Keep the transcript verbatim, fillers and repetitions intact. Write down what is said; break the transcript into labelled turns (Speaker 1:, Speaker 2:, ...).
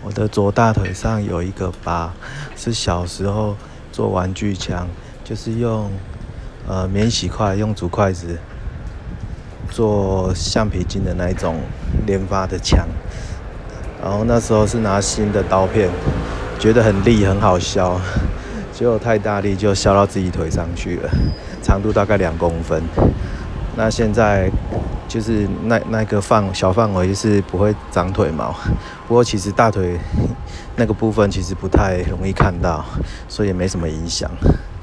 Speaker 1: 我的左大腿上有一个疤，是小时候做玩具枪，就是用呃免洗筷用竹筷子做橡皮筋的那一种连发的枪。然后那时候是拿新的刀片，觉得很利很好削，结果太大力就削到自己腿上去了，长度大概两公分。那现在就是那那个范小范围是不会长腿毛，不过其实大腿那个部分其实不太容易看到，所以也没什么影响。